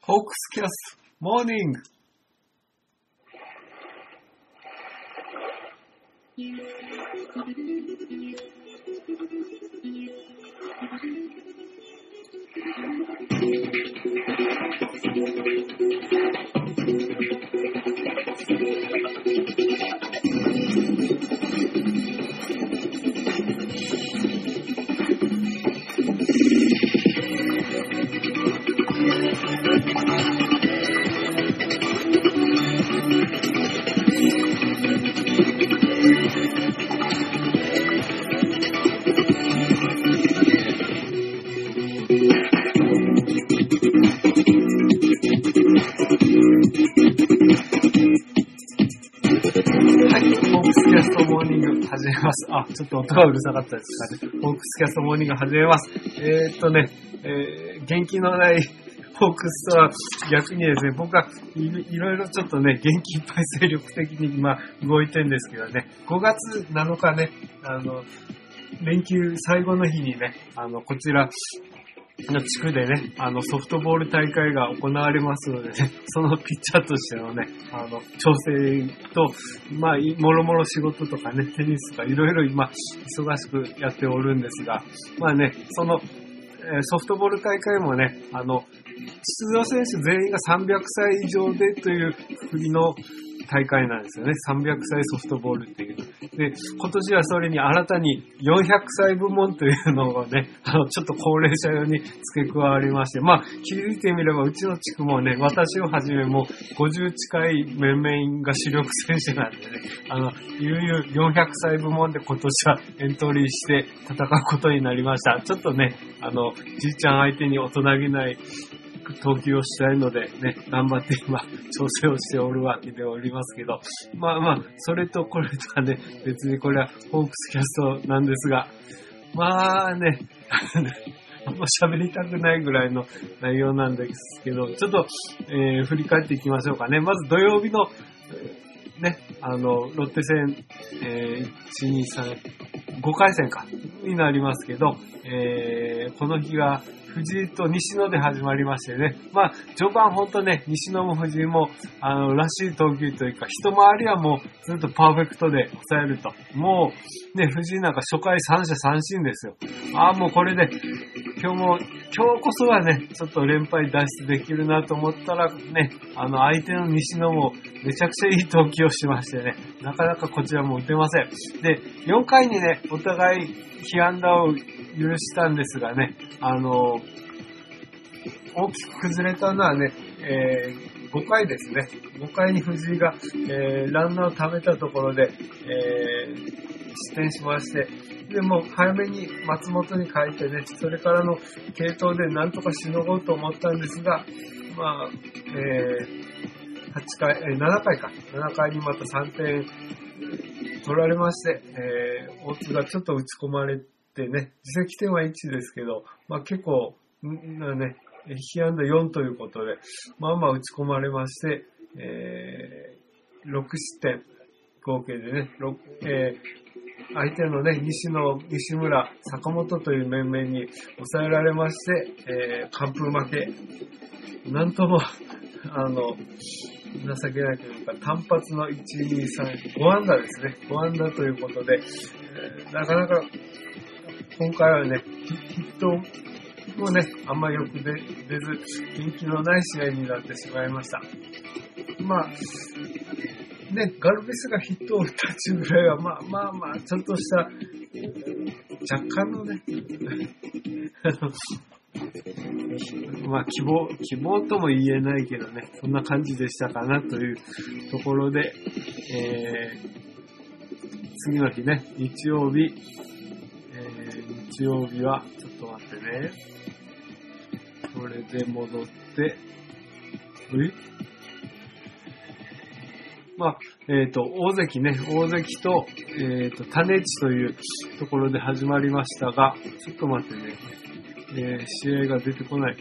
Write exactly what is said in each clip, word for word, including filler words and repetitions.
ホークスキャストモーニング。始めます。あ、ちょっと音がうるさかったですかね。ホークスキャストモーニング始めます。えー、っとね、えー、元気のないホークスとは逆にですね、僕はいろいろいろちょっとね、元気いっぱい精力的に今動いてるんですけどね、ごがつなのかね、あの、連休最後の日にね、あの、こちら、の地区でね、あの、ソフトボール大会が行われますのでね、そのピッチャーとしてのね、あの、調整と、まあ、もろもろ仕事とかね、テニスとかいろいろ今、忙しくやっておるんですが、まあね、その、えー、ソフトボール大会もね、あの、出場選手全員がさんびゃくさい以上でという国の大会なんですよね。さんびゃくさいソフトボールっていう。で、今年はそれに新たによんひゃくさい部門というのをね、あの、ちょっと高齢者用に付け加わりまして、まあ、気づいてみればうちの地区もね、私をはじめもごじゅう近い面々が主力選手なんでね、あの、ゆうゆうよんひゃくさい部門で今年はエントリーして戦うことになりました。ちょっとね、あの、じいちゃん相手に大人げない投球をしたいのでね、頑張って今調整をしておるわけでおりますけど、まあまあ、それとこれとはね、別にこれはホークスキャストなんですが、まあね、あんま喋りたくないぐらいの内容なんですけど、ちょっと、えー、振り返っていきましょうかね。まず土曜日の、えー、ね、あの、ロッテ戦、えー、いち、に、さん、ごかい戦か、になりますけど、えー、この日が、藤井と西野で始まりましてね。まあ、序盤ほんとね、西野も藤井も、あの、らしい投球というか、一回りはもうずっとパーフェクトで抑えると。もう、ね、藤井なんか初回三者三振ですよ。ああ、もうこれで、今日も、今日こそはね、ちょっと連敗脱出できるなと思ったらね、あの、相手の西野もめちゃくちゃいい投球をしましてね、なかなかこちらも打てません。で、よんかいにね、お互い被安打を許したんですがね、あの、大きく崩れたのはね、えー、ごかいですね。ごかいに藤井が、えー、ランナーを貯めたところで、えー、失点しまして、でも早めに松本に変えてね、それからの継投でなんとかしのごうと思ったんですが、まあ、えー、はちかい、えー、ななかいか。ななかいにまたさんてん取られまして、えー、大津がちょっと打ち込まれてね、自責点はいちですけど、まあ結構、んね、被安打よんということで、まあまあ打ち込まれまして、えー、ろくしってん合計でね、えー、相手のね、西野、西村、坂本という面々に抑えられまして、えー、完封負け。なんとも、あの、情けないというか、単発のいち、に、さん、ご安打ですね。ご安打ということで、えー、なかなか、今回はね、ヒットもね、あんまりよく出ず、元気のない試合になってしまいました。まあ、ね、ガルビスがヒットを打ったっていうぐらいは、まあまあまあ、ちょっとした、若干のね、まあ希望、希望とも言えないけどね、そんな感じでしたかなというところで、えー、次の日ね、日曜日、えー、日曜日は、ちょっと待ってね、これで戻って、えまあ、えっと、大関ね、大関と、えっと、種市というところで始まりましたが、ちょっと待ってね、えー、試合が出てこない。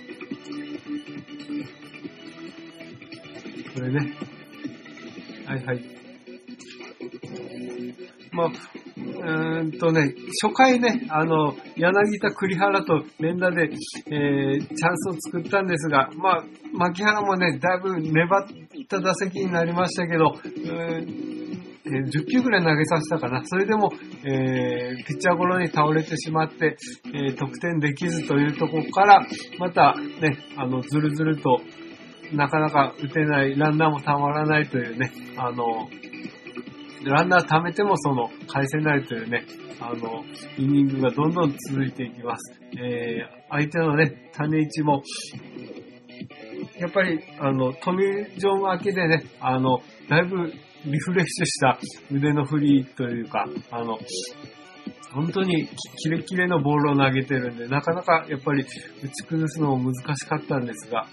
これね。はいはい。まあ、 うーんとね、初回ね、あの、柳田、栗原と連打で、えー、チャンスを作ったんですが、まあ、牧原もね、だいぶ粘った打席になりましたけど、うーんじゅっきゅうぐらい投げさせたかな。それでも、えー、ピッチャーゴロに倒れてしまって、えー、得点できずというところから、またね、あの、ずるずると、なかなか打てない、ランナーもたまらないというね、あの、ランナー貯めてもその、返せないというね、あの、イニングがどんどん続いていきます。えー、相手のね、種市も、やっぱり、あの、トミー・ジョン明けでね、あの、だいぶ、リフレッシュした腕の振りというか、あの、本当にキレキレのボールを投げてるんで、なかなかやっぱり打ち崩すのも難しかったんですが、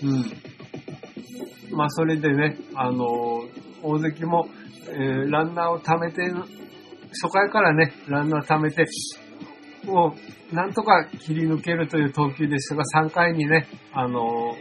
うん。まあそれでね、あの、大関も、えー、ランナーを貯めて、初回からね、ランナー貯めて、もう、なんとか切り抜けるという投球でしたが、さんかいにね、あの、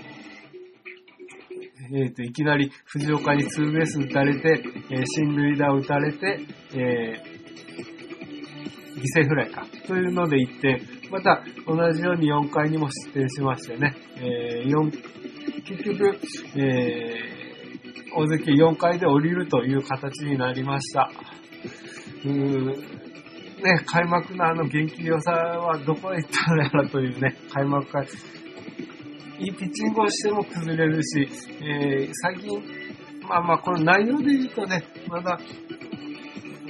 えー、といきなり藤岡にツーベース打たれて、えー、進塁打を打たれて、えー、犠牲フライかというのでいって、また同じようによんかいにも失点しましてね、えー、よん結局、えー、大関よんかいで降りるという形になりました。うーね、開幕のあの元気良さはどこへ行ったのやらというね、開幕からいいピッチングをしても崩れるし、えー、最近、まあまあ、この内容で言うとね、まだ、うん、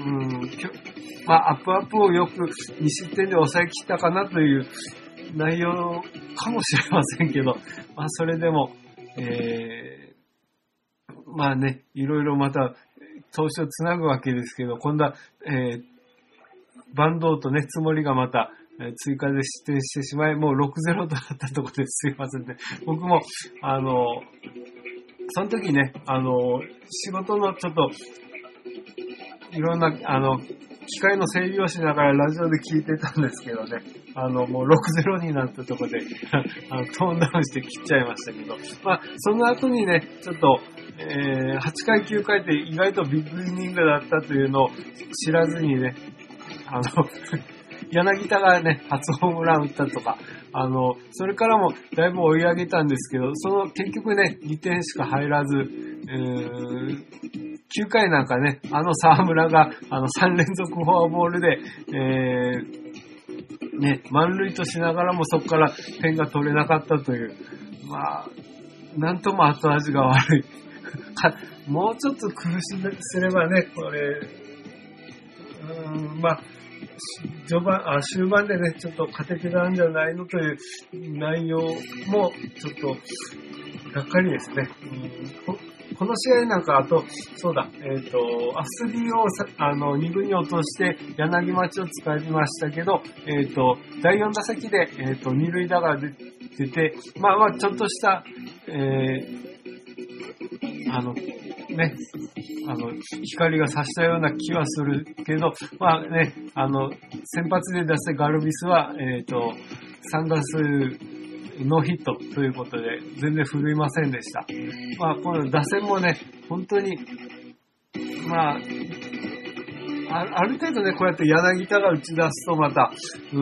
まあ、アップアップをよくに失点で抑え切ったかなという内容かもしれませんけど、まあ、それでも、えー、まあね、いろいろまた、投手をつなぐわけですけど、今度は、えー、バンドとね、つもりがまた、追加で失点してしまい、もう ろくたいゼロ となったところですいませんね。僕も、あの、その時ね、あの、仕事のちょっと、いろんな、あの、機械の整備をしながらラジオで聞いてたんですけどね、あの、もう ろくたいゼロ になったところであの、トーンダウンして切っちゃいましたけど、まあ、その後にね、ちょっと、えー、はちかい、きゅうかいって意外とビッグイニングだったというのを知らずにね、あの、柳田がね、初ホームラン打ったとか、あの、それからもだいぶ追い上げたんですけど、その結局ね、にてんしか入らず、うーん、きゅうかいなんかね、あの沢村が、あのさんれんぞくフォアボールで、えー、ね、満塁としながらもそこから点が取れなかったという、まあ、なんとも後味が悪い。もうちょっと工夫すればね、これ、うーん、まあ、序盤、あ、終盤でね、ちょっと勝ててたんじゃないのという内容も、ちょっと、がっかりですね。うん、こ, この試合なんか、あと、そうだ、えっ、ー、と、アスリーをさあのに軍に落として柳町を使いましたけど、えっ、ー、と、だいよん打席で、えっ、ー、と、二塁打が出て、まあまあ、ちょっとした、えー、あの、ね、あの、光が差したような気はするけど、まあね、あの、先発で出したガルビスは、えっと、さん打数ノーヒットということで、全然振るいませんでした。まあ、この打線もね、本当に、まあ、あ, ある程度ね、こうやって柳田が打ち出すとまた、うん、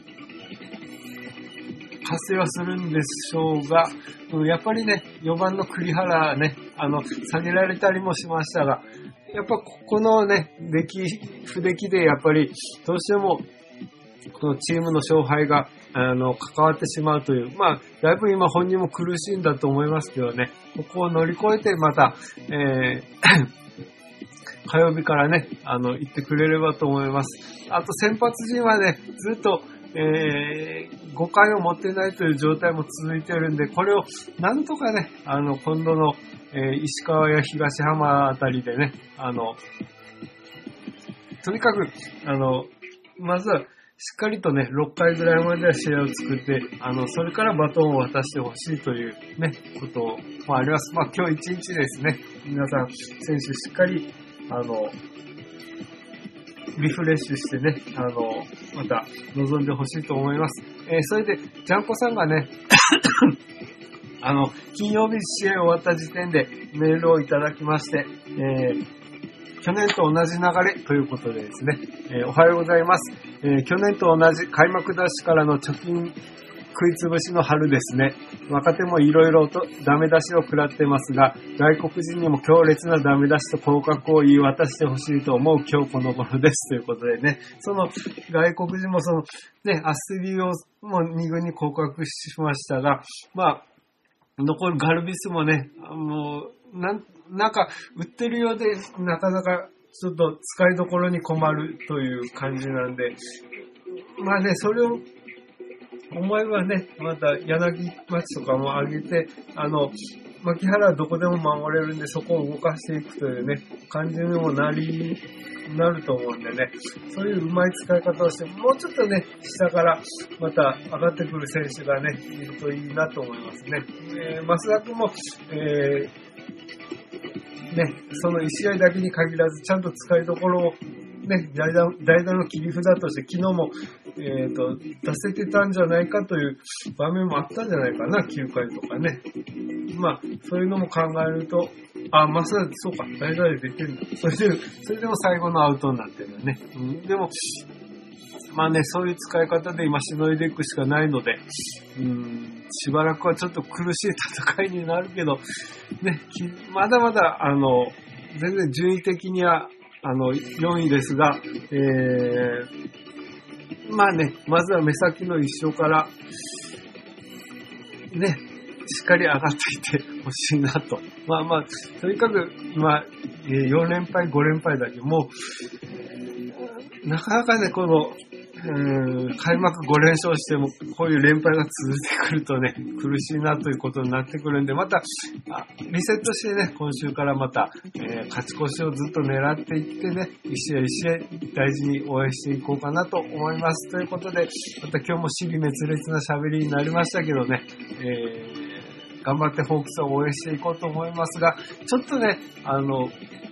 活性はするんでしょうが、やっぱりね、よんばんの栗原ね、あの、下げられたりもしましたが、やっぱここのね、出来、不出来でやっぱり、どうしても、このチームの勝敗が、あの、関わってしまうという、まあ、だいぶ今本人も苦しいんだと思いますけどね、ここを乗り越えてまた、えー、火曜日からね、あの、行ってくれればと思います。あと先発陣はね、ずっと、えー、ごかいを持ってないという状態も続いているんで、これをなんとかね、あの、今度の、えー、石川や東浜あたりでね、あの、とにかく、あの、まずは、しっかりとね、ろっかいぐらいまでは試合を作って、あの、それからバトンを渡してほしいというね、こともあります。まあ今日一日ですね、皆さん、選手しっかり、あの、リフレッシュしてね、あの、また臨んでほしいと思います。えー、それで、ジャンコさんがね、あの、金曜日試合終わった時点でメールをいただきまして、えー、 去年と同じ流れということでですね、えー、おはようございます。えー、去年と同じ開幕ダッシュからの貯金食いつぶしの春ですね。若手もいろいろとダメ出しを食らってますが、外国人にも強烈なダメ出しと降格を言い渡してほしいと思う今日この頃ですということでね、その外国人もそのね、アスリーをもうに軍に降格しましたが、まあ、残るガルビスもね、もう、なん、なんか売ってるようでなかなかちょっと使いどころに困るという感じなんで、まあね、それを思えばね、また柳町とかも上げて、あの、牧原はどこでも守れるんで、そこを動かしていくというね、感じにもなり、なると思うんでね、そういううまい使い方をして、もうちょっとね、下からまた上がってくる選手がね、いるといいなと思いますね。えー、増田君も、えー、ね、そのいち試合だけに限らず、ちゃんと使いどころをね、代打、代打の切り札として昨日も、えっと、出せてたんじゃないかという場面もあったんじゃないかな、きゅうかいとかね。まあ、そういうのも考えると、あ、まさにそうか、代打で出てるんだ。それで、それでも最後のアウトになってるんだね。うん、でも、まあね、そういう使い方で今しのいでいくしかないので、うん、しばらくはちょっと苦しい戦いになるけど、ね、まだまだ、あの、全然順位的には、あの、よんいですが、えー、まあね、まずは目先の一勝から、ね、しっかり上がっていってほしいなと。まあまあ、とにかく今、えー、よんれんぱい、ごれんぱいだけど、もう、なかなかね、この、うん開幕ごれんしょうしてもこういう連敗が続いてくるとね苦しいなということになってくるんで、またリセットしてね今週からまた、えー、勝ち越しをずっと狙っていってね一試合一試合大事に応援していこうかなと思います。ということでまた今日も支離滅裂な喋りになりましたけどね、えー、頑張ってホークスを応援していこうと思いますが、ちょっとねあの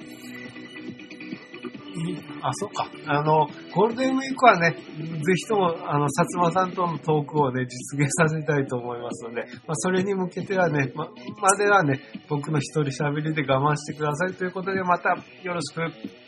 あ、そうか。あの、ゴールデンウィークはね、ぜひとも、あの、薩摩さんとのトークをね、実現させたいと思いますので、まあ、それに向けてはね、ま、まではね、僕の一人喋りで我慢してくださいということで、またよろしく。